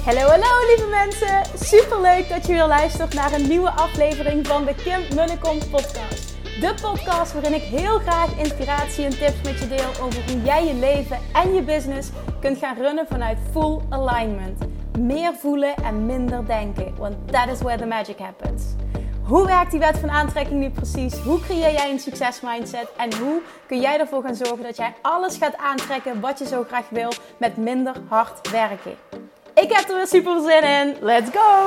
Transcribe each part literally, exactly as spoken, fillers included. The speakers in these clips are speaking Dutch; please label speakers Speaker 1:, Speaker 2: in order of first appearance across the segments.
Speaker 1: Hallo, hallo lieve mensen. Superleuk dat je weer luistert naar een nieuwe aflevering van de Kim Munnekom podcast. De podcast waarin ik heel graag inspiratie en tips met je deel over hoe jij je leven en je business kunt gaan runnen vanuit full alignment. Meer voelen en minder denken, want that is where the magic happens. Hoe werkt die wet van aantrekking nu precies? Hoe creëer jij een succesmindset? En hoe kun jij ervoor gaan zorgen dat jij alles gaat aantrekken wat je zo graag wil met minder hard werken? Ik heb er weer super zin in. Let's go!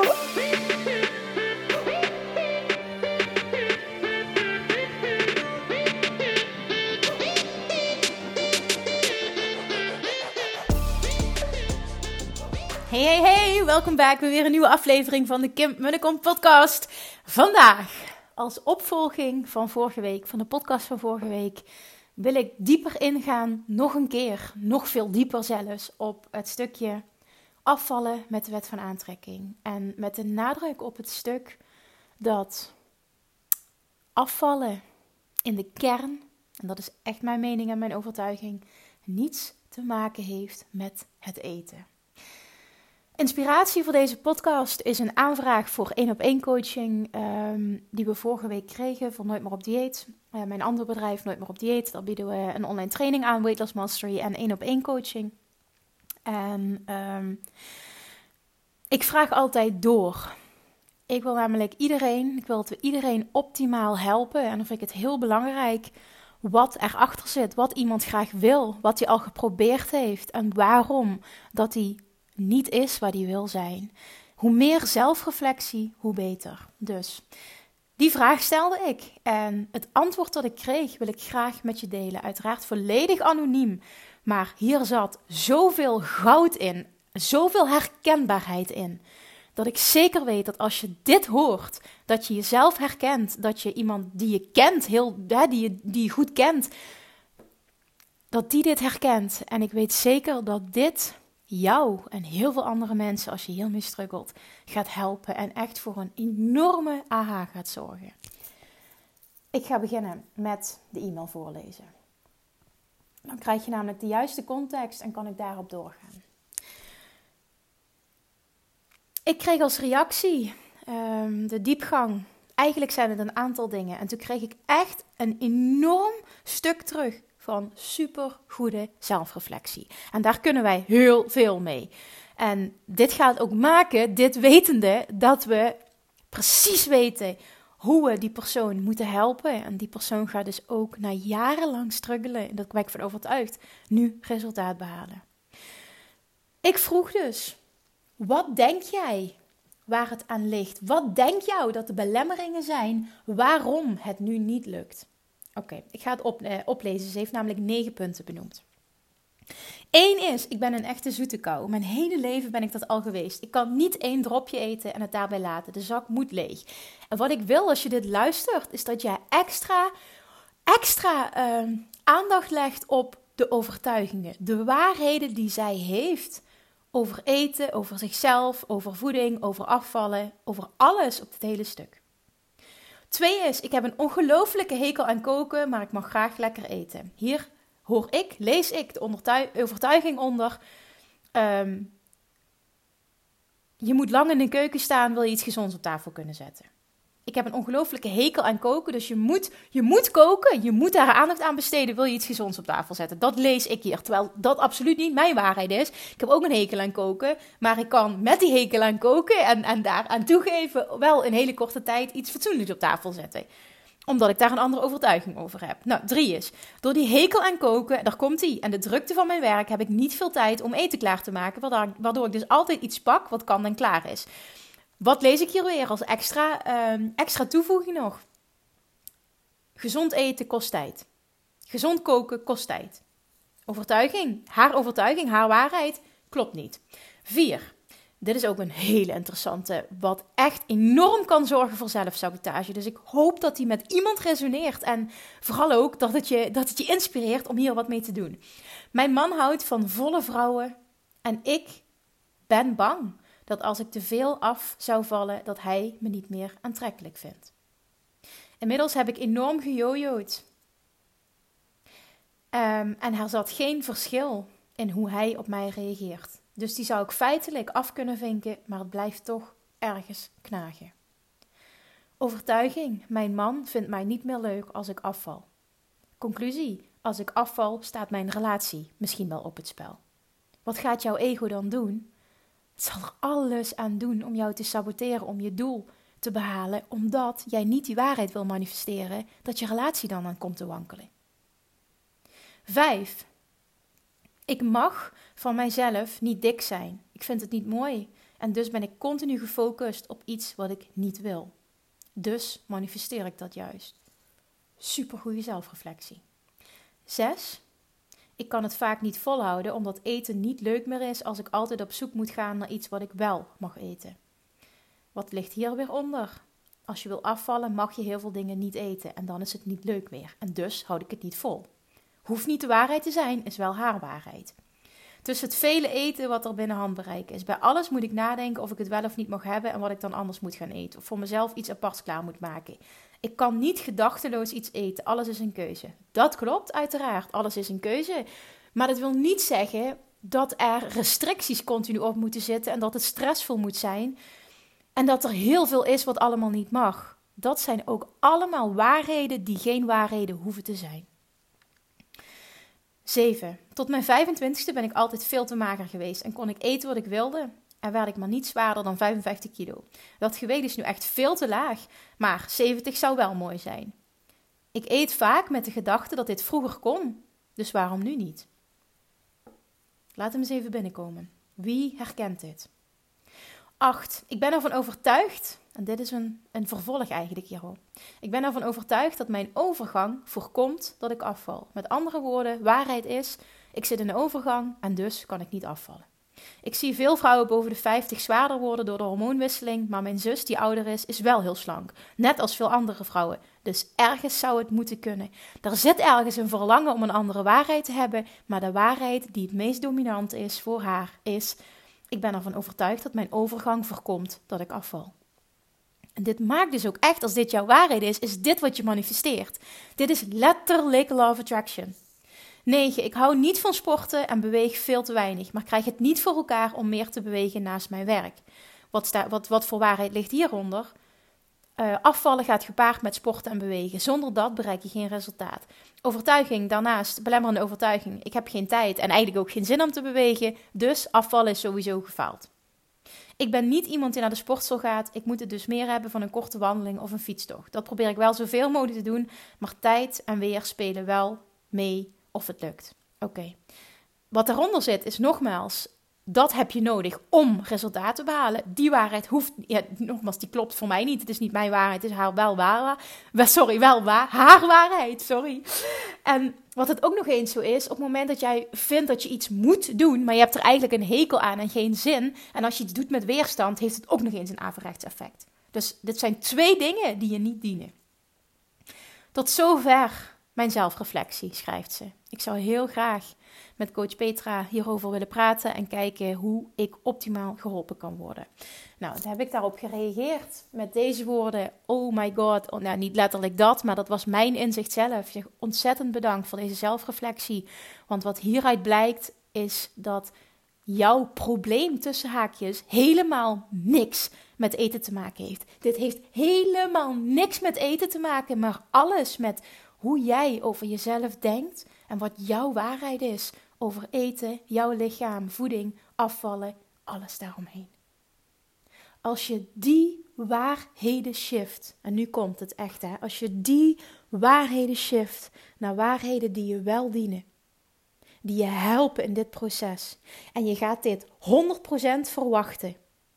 Speaker 1: Hey, hey, hey! Welkom back bij weer een nieuwe aflevering van de Kim Munnekom podcast. Vandaag, als opvolging van vorige week, van de podcast van vorige week, wil ik dieper ingaan, nog een keer, nog veel dieper zelfs, op het stukje afvallen met de wet van aantrekking. En met de nadruk op het stuk dat afvallen in de kern, en dat is echt mijn mening en mijn overtuiging, niets te maken heeft met het eten. Inspiratie voor deze podcast is een aanvraag voor één op één coaching um, die we vorige week kregen voor Nooit meer op dieet. Uh, mijn andere bedrijf, Nooit meer op dieet, daar bieden we een online training aan, Weight Loss Mastery en één op één coaching. En um, ik vraag altijd door. Ik wil namelijk iedereen, ik wil dat we iedereen optimaal helpen. En dan vind ik het heel belangrijk wat erachter zit, wat iemand graag wil, wat hij al geprobeerd heeft en waarom dat hij niet is waar hij wil zijn. Hoe meer zelfreflectie, hoe beter. Dus die vraag stelde ik. En het antwoord dat ik kreeg wil ik graag met je delen. Uiteraard volledig anoniem. Maar hier zat zoveel goud in, zoveel herkenbaarheid in, dat ik zeker weet dat als je dit hoort, dat je jezelf herkent, dat je iemand die je kent, heel, hè, die, je, die je goed kent, dat die dit herkent. En ik weet zeker dat dit jou en heel veel andere mensen, als je hiermee struggelt, gaat helpen en echt voor een enorme aha gaat zorgen. Ik ga beginnen met de e-mail voorlezen. Dan krijg je namelijk de juiste context en kan ik daarop doorgaan. Ik kreeg als reactie um, de diepgang. Eigenlijk zijn het een aantal dingen. En toen kreeg ik echt een enorm stuk terug van supergoede zelfreflectie. En daar kunnen wij heel veel mee. En dit gaat ook maken, dit wetende, dat we precies weten hoe we die persoon moeten helpen. En die persoon gaat dus ook na jarenlang struggelen, en daar ben ik van overtuigd, nu resultaat behalen. Ik vroeg dus, wat denk jij waar het aan ligt? Wat denk jou dat de belemmeringen zijn waarom het nu niet lukt? Oké, okay, ik ga het op, eh, oplezen. Ze heeft namelijk negen punten benoemd. Eén is, ik ben een echte zoete kou. Mijn hele leven ben ik dat al geweest. Ik kan niet één dropje eten en het daarbij laten. De zak moet leeg. En wat ik wil als je dit luistert, is dat jij extra, extra uh, aandacht legt op de overtuigingen. De waarheden die zij heeft over eten, over zichzelf, over voeding, over afvallen, over alles op dit hele stuk. Twee is, ik heb een ongelofelijke hekel aan koken, maar ik mag graag lekker eten. Hier hoor ik, lees ik de overtuiging onder. Um, je moet lang in de keuken staan, wil je iets gezonds op tafel kunnen zetten. Ik heb een ongelofelijke hekel aan koken, dus je moet, je moet koken, je moet daar aandacht aan besteden, wil je iets gezonds op tafel zetten. Dat lees ik hier, terwijl dat absoluut niet mijn waarheid is. Ik heb ook een hekel aan koken, maar ik kan met die hekel aan koken en, en daar aan toegeven wel in hele korte tijd iets fatsoenlijks op tafel zetten. Omdat ik daar een andere overtuiging over heb. Nou, drie is, door die hekel aan koken, daar komt ie. En de drukte van mijn werk heb ik niet veel tijd om eten klaar te maken, waardoor, waardoor ik dus altijd iets pak wat kan en klaar is. Wat lees ik hier weer als extra, um, extra toevoeging nog? Gezond eten kost tijd. Gezond koken kost tijd. Overtuiging, haar overtuiging, haar waarheid, klopt niet. Vier, dit is ook een hele interessante, wat echt enorm kan zorgen voor zelfsabotage. Dus ik hoop dat die met iemand resoneert en vooral ook dat het je, dat het je inspireert om hier wat mee te doen. Mijn man houdt van volle vrouwen en ik ben bang dat als ik te veel af zou vallen, dat hij me niet meer aantrekkelijk vindt. Inmiddels heb ik enorm gejojoed. Um, en er zat geen verschil in hoe hij op mij reageert. Dus die zou ik feitelijk af kunnen vinken, maar het blijft toch ergens knagen. Overtuiging, mijn man vindt mij niet meer leuk als ik afval. Conclusie, als ik afval staat mijn relatie misschien wel op het spel. Wat gaat jouw ego dan doen? Het zal er alles aan doen om jou te saboteren, om je doel te behalen, omdat jij niet die waarheid wil manifesteren, dat je relatie dan aan komt te wankelen. Vijf. Ik mag van mijzelf niet dik zijn. Ik vind het niet mooi. En dus ben ik continu gefocust op iets wat ik niet wil. Dus manifesteer ik dat juist. Supergoeie zelfreflectie. Zes. Ik kan het vaak niet volhouden omdat eten niet leuk meer is als ik altijd op zoek moet gaan naar iets wat ik wel mag eten. Wat ligt hier weer onder? Als je wil afvallen mag je heel veel dingen niet eten en dan is het niet leuk meer. En dus houd ik het niet vol. Hoeft niet de waarheid te zijn, is wel haar waarheid. Dus het vele eten wat er binnen handbereik is. Bij alles moet ik nadenken of ik het wel of niet mag hebben en wat ik dan anders moet gaan eten. Of voor mezelf iets aparts klaar moet maken. Ik kan niet gedachteloos iets eten. Alles is een keuze. Dat klopt, uiteraard. Alles is een keuze. Maar dat wil niet zeggen dat er restricties continu op moeten zitten en dat het stressvol moet zijn. En dat er heel veel is wat allemaal niet mag. Dat zijn ook allemaal waarheden die geen waarheden hoeven te zijn. zeven. Tot mijn vijfentwintigste ben ik altijd veel te mager geweest en kon ik eten wat ik wilde en werd ik maar niet zwaarder dan vijfenvijftig kilo. Dat gewicht is nu echt veel te laag, maar zeventig zou wel mooi zijn. Ik eet vaak met de gedachte dat dit vroeger kon, dus waarom nu niet? Laat hem eens even binnenkomen. Wie herkent dit? acht. Ik ben ervan overtuigd, en dit is een, een vervolg eigenlijk hierop. Ik ben ervan overtuigd dat mijn overgang voorkomt dat ik afval. Met andere woorden, waarheid is, ik zit in een overgang en dus kan ik niet afvallen. Ik zie veel vrouwen boven de vijftig zwaarder worden door de hormoonwisseling, maar mijn zus die ouder is, is wel heel slank. Net als veel andere vrouwen. Dus ergens zou het moeten kunnen. Er zit ergens een verlangen om een andere waarheid te hebben, maar de waarheid die het meest dominant is voor haar is, ik ben ervan overtuigd dat mijn overgang voorkomt dat ik afval. En dit maakt dus ook echt, als dit jouw waarheid is, is dit wat je manifesteert. Dit is letterlijk law of attraction. negen. Ik hou niet van sporten en beweeg veel te weinig, maar krijg het niet voor elkaar om meer te bewegen naast mijn werk. Wat, sta, wat, wat voor waarheid ligt hieronder? Uh, afvallen gaat gepaard met sporten en bewegen. Zonder dat bereik je geen resultaat. Overtuiging, daarnaast belemmerende overtuiging. Ik heb geen tijd en eigenlijk ook geen zin om te bewegen, dus afvallen is sowieso gefaald. Ik ben niet iemand die naar de sportschool gaat. Ik moet het dus meer hebben van een korte wandeling of een fietstocht. Dat probeer ik wel zoveel mogelijk te doen, maar tijd en weer spelen wel mee of het lukt. Oké. Okay. Wat daaronder zit is nogmaals, dat heb je nodig om resultaten te behalen. Die waarheid hoeft, ja, nogmaals, die klopt voor mij niet. Het is niet mijn waarheid, het is haar wel waar. Sorry, wel waar. Haar waarheid, sorry. En wat het ook nog eens zo is, op het moment dat jij vindt dat je iets moet doen, maar je hebt er eigenlijk een hekel aan en geen zin, en als je iets doet met weerstand, heeft het ook nog eens een averechts effect. Dus dit zijn twee dingen die je niet dienen. Tot zover mijn zelfreflectie, schrijft ze. Ik zou heel graag met coach Petra hierover willen praten en kijken hoe ik optimaal geholpen kan worden. Nou, dan heb ik daarop gereageerd met deze woorden. Oh my god, oh, nou niet letterlijk dat, maar dat was mijn inzicht zelf. Zeg, ontzettend bedankt voor deze zelfreflectie. Want wat hieruit blijkt is dat jouw probleem tussen haakjes helemaal niks met eten te maken heeft. Dit heeft helemaal niks met eten te maken, maar alles met hoe jij over jezelf denkt en wat jouw waarheid is over eten, jouw lichaam, voeding, afvallen, alles daaromheen. Als je die waarheden shift, en nu komt het echt hè, als je die waarheden shift naar waarheden die je wel dienen, die je helpen in dit proces, en je gaat dit honderd procent verwachten.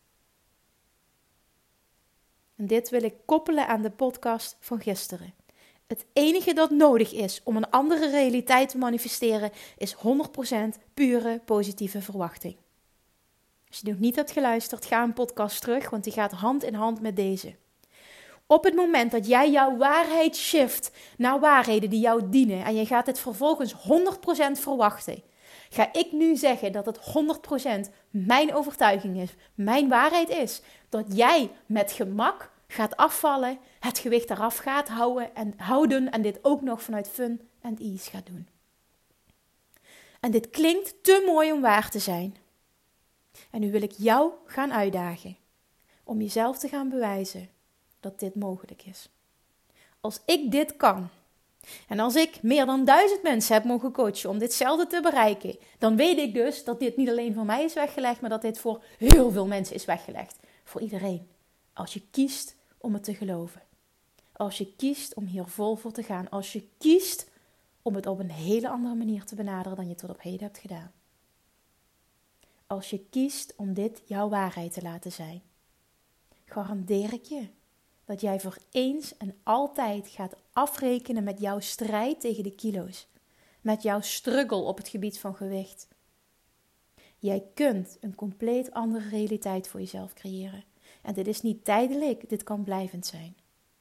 Speaker 1: En dit wil ik koppelen aan de podcast van gisteren. Het enige dat nodig is om een andere realiteit te manifesteren is honderd procent pure positieve verwachting. Als je nog niet hebt geluisterd, ga een podcast terug, want die gaat hand in hand met deze. Op het moment dat jij jouw waarheid shift naar waarheden die jou dienen en je gaat het vervolgens honderd procent verwachten, ga ik nu zeggen dat het honderd procent mijn overtuiging is, mijn waarheid is, dat jij met gemak gaat afvallen, het gewicht eraf gaat houden en, houden en dit ook nog vanuit fun en ease gaat doen. En dit klinkt te mooi om waar te zijn. En nu wil ik jou gaan uitdagen om jezelf te gaan bewijzen dat dit mogelijk is. Als ik dit kan, en als ik meer dan duizend mensen heb mogen coachen om ditzelfde te bereiken, dan weet ik dus dat dit niet alleen voor mij is weggelegd, maar dat dit voor heel veel mensen is weggelegd. Voor iedereen. Als je kiest om het te geloven. Als je kiest om hier vol voor te gaan. Als je kiest om het op een hele andere manier te benaderen dan je tot op heden hebt gedaan. Als je kiest om dit jouw waarheid te laten zijn. Garandeer ik je dat jij voor eens en altijd gaat afrekenen met jouw strijd tegen de kilo's. Met jouw struggle op het gebied van gewicht. Jij kunt een compleet andere realiteit voor jezelf creëren. En dit is niet tijdelijk, dit kan blijvend zijn.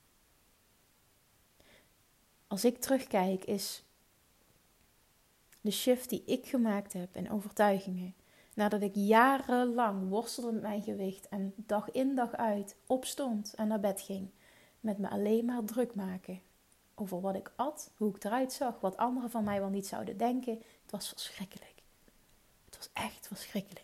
Speaker 1: Als ik terugkijk, is de shift die ik gemaakt heb in overtuigingen. Nadat ik jarenlang worstelde met mijn gewicht en dag in dag uit opstond en naar bed ging. Met me alleen maar druk maken over wat ik at, hoe ik eruit zag, wat anderen van mij wel niet zouden denken. Het was verschrikkelijk. Het was echt verschrikkelijk.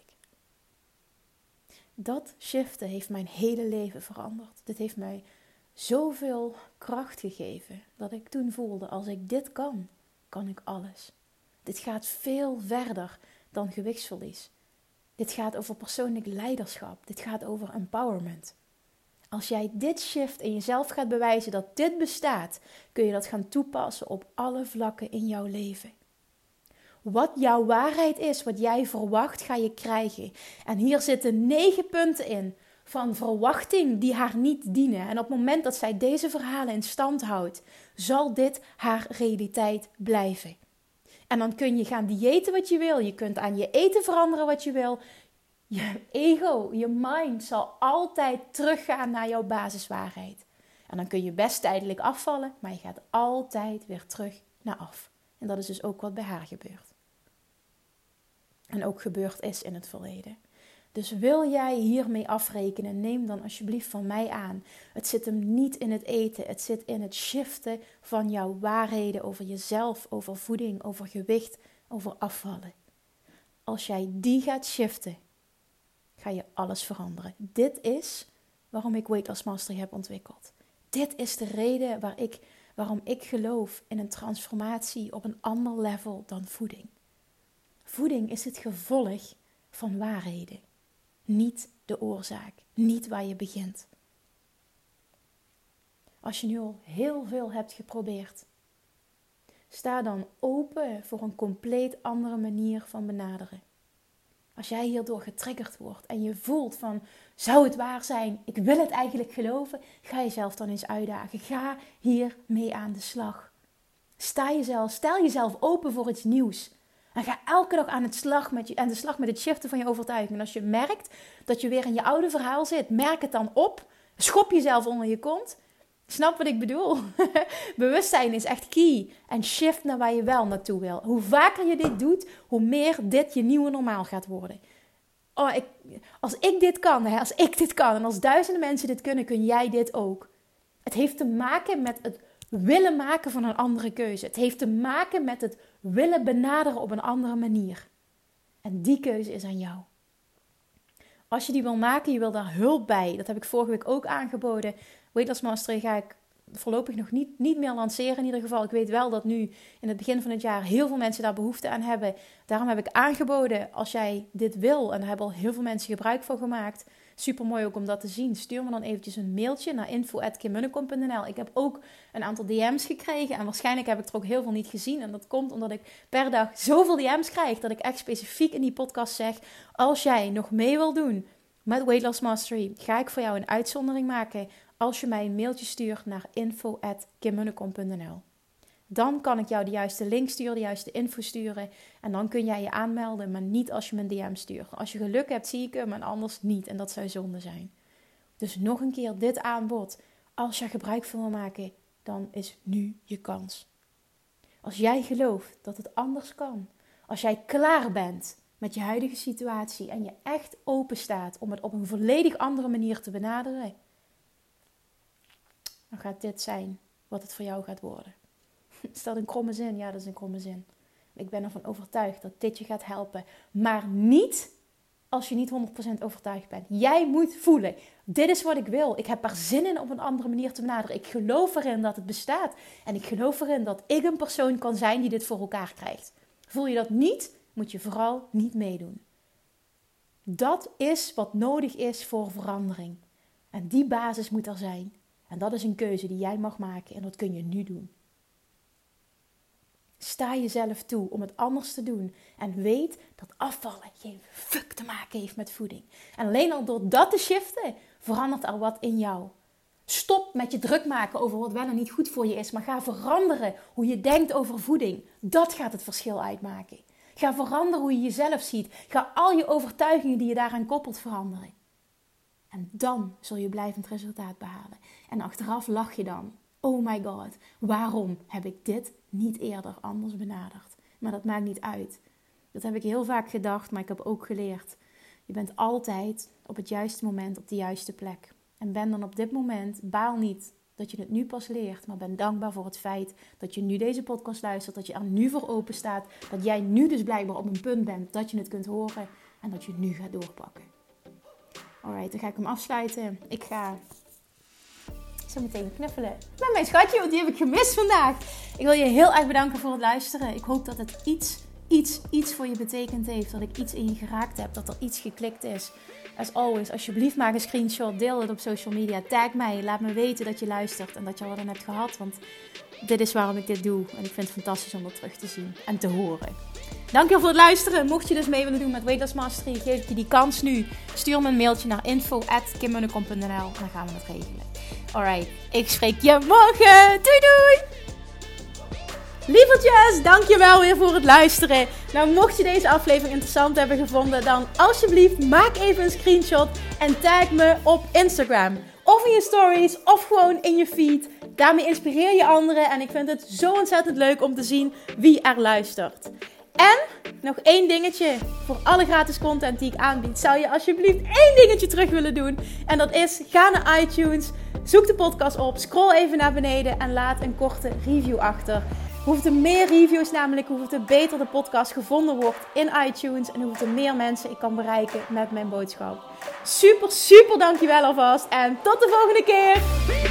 Speaker 1: Dat shiften heeft mijn hele leven veranderd. Dit heeft mij zoveel kracht gegeven dat ik toen voelde, als ik dit kan, kan ik alles. Dit gaat veel verder dan gewichtsverlies. Dit gaat over persoonlijk leiderschap. Dit gaat over empowerment. Als jij dit shift in jezelf gaat bewijzen dat dit bestaat, kun je dat gaan toepassen op alle vlakken in jouw leven. Wat jouw waarheid is, wat jij verwacht, ga je krijgen. En hier zitten negen punten in van verwachting die haar niet dienen. En op het moment dat zij deze verhalen in stand houdt, zal dit haar realiteit blijven. En dan kun je gaan diëten wat je wil. Je kunt aan je eten veranderen wat je wil. Je ego, je mind zal altijd teruggaan naar jouw basiswaarheid. En dan kun je best tijdelijk afvallen, maar je gaat altijd weer terug naar af. En dat is dus ook wat bij haar gebeurt. En ook gebeurd is in het verleden. Dus wil jij hiermee afrekenen, neem dan alsjeblieft van mij aan. Het zit hem niet in het eten, het zit in het shiften van jouw waarheden over jezelf, over voeding, over gewicht, over afvallen. Als jij die gaat shiften, ga je alles veranderen. Dit is waarom ik Weight Loss Mastery heb ontwikkeld. Dit is de reden waar ik, waarom ik geloof in een transformatie op een ander level dan voeding. Voeding is het gevolg van waarheden. Niet de oorzaak. Niet waar je begint. Als je nu al heel veel hebt geprobeerd, sta dan open voor een compleet andere manier van benaderen. Als jij hierdoor getriggerd wordt en je voelt van, zou het waar zijn? Ik wil het eigenlijk geloven. Ga jezelf dan eens uitdagen. Ga hiermee aan de slag. Sta jezelf, stel jezelf open voor iets nieuws. En ga elke dag aan, het slag met je, aan de slag met het shiften van je overtuiging. En als je merkt dat je weer in je oude verhaal zit, merk het dan op. Schop jezelf onder je kont. Snap wat ik bedoel? Bewustzijn is echt key. En shift naar waar je wel naartoe wil. Hoe vaker je dit doet, hoe meer dit je nieuwe normaal gaat worden. Oh, ik, als ik dit kan, hè, als ik dit kan en als duizenden mensen dit kunnen, kun jij dit ook. Het heeft te maken met het willen maken van een andere keuze. Het heeft te maken met het willen benaderen op een andere manier. En die keuze is aan jou. Als je die wil maken, je wil daar hulp bij. Dat heb ik vorige week ook aangeboden. Weight Loss Mastery ga ik voorlopig nog niet, niet meer lanceren in ieder geval. Ik weet wel dat nu in het begin van het jaar heel veel mensen daar behoefte aan hebben. Daarom heb ik aangeboden, als jij dit wil, en daar hebben al heel veel mensen gebruik van gemaakt. Super mooi ook om dat te zien. Stuur me dan eventjes een mailtje naar info at kim munnekom punt n l. Ik heb ook een aantal D M's gekregen en waarschijnlijk heb ik er ook heel veel niet gezien. En dat komt omdat ik per dag zoveel D M's krijg dat ik echt specifiek in die podcast zeg, als jij nog mee wil doen met Weight Loss Mastery, ga ik voor jou een uitzondering maken als je mij een mailtje stuurt naar info at kim munnekom punt n l. Dan kan ik jou de juiste link sturen, de juiste info sturen. En dan kun jij je aanmelden, maar niet als je me een D M stuurt. Als je geluk hebt, zie ik hem en anders niet. En dat zou zonde zijn. Dus nog een keer dit aanbod. Als je gebruik van wil maken, dan is nu je kans. Als jij gelooft dat het anders kan. Als jij klaar bent met je huidige situatie en je echt open staat om het op een volledig andere manier te benaderen, dan gaat dit zijn wat het voor jou gaat worden. Is dat een kromme zin? Ja, dat is een kromme zin. Ik ben ervan overtuigd dat dit je gaat helpen. Maar niet als je niet honderd procent overtuigd bent. Jij moet voelen, dit is wat ik wil. Ik heb er zin in op een andere manier te benaderen. Ik geloof erin dat het bestaat. En ik geloof erin dat ik een persoon kan zijn die dit voor elkaar krijgt. Voel je dat niet, moet je vooral niet meedoen. Dat is wat nodig is voor verandering. En die basis moet er zijn. En dat is een keuze die jij mag maken en dat kun je nu doen. Sta jezelf toe om het anders te doen. En weet dat afvallen geen fuck te maken heeft met voeding. En alleen al door dat te shiften, verandert er wat in jou. Stop met je druk maken over wat wel en niet goed voor je is. Maar ga veranderen hoe je denkt over voeding. Dat gaat het verschil uitmaken. Ga veranderen hoe je jezelf ziet. Ga al je overtuigingen die je daaraan koppelt veranderen. En dan zul je blijvend resultaat behalen. En achteraf lach je dan. Oh my god, waarom heb ik dit niet eerder anders benaderd? Maar dat maakt niet uit. Dat heb ik heel vaak gedacht, maar ik heb ook geleerd. Je bent altijd op het juiste moment op de juiste plek. En ben dan op dit moment, baal niet dat je het nu pas leert. Maar ben dankbaar voor het feit dat je nu deze podcast luistert. Dat je er nu voor open staat. Dat jij nu dus blijkbaar op een punt bent dat je het kunt horen. En dat je nu gaat doorpakken. Alright, dan ga ik hem afsluiten. Ik ga zo meteen knuffelen met mijn schatje, want die heb ik gemist vandaag. Ik wil je heel erg bedanken voor het luisteren. Ik hoop dat het iets, iets, iets voor je betekend heeft. Dat ik iets in je geraakt heb. Dat er iets geklikt is. As always, alsjeblieft maak een screenshot. Deel het op social media. Tag mij. Laat me weten dat je luistert en dat je wat aan hebt gehad. Want dit is waarom ik dit doe. En ik vind het fantastisch om dat terug te zien en te horen. Dankjewel voor het luisteren. Mocht je dus mee willen doen met Weight Loss Mastery, geef ik je die kans nu. Stuur me een mailtje naar info at kim munnekom punt n l en dan gaan we het regelen. Alright, ik spreek je morgen. Doei doei! Lievertjes, dankjewel weer voor het luisteren. Nou, mocht je deze aflevering interessant hebben gevonden, dan alsjeblieft maak even een screenshot en tag me op Instagram. Of in je stories, of gewoon in je feed. Daarmee inspireer je anderen en ik vind het zo ontzettend leuk om te zien wie er luistert. En nog één dingetje. Voor alle gratis content die ik aanbied, zou je alsjeblieft één dingetje terug willen doen. En dat is, ga naar iTunes, zoek de podcast op, scroll even naar beneden en laat een korte review achter. Hoeveel meer reviews namelijk, hoeveel beter de podcast gevonden wordt in iTunes. En hoeveel meer mensen ik kan bereiken met mijn boodschap. Super, super dankjewel alvast. En tot de volgende keer.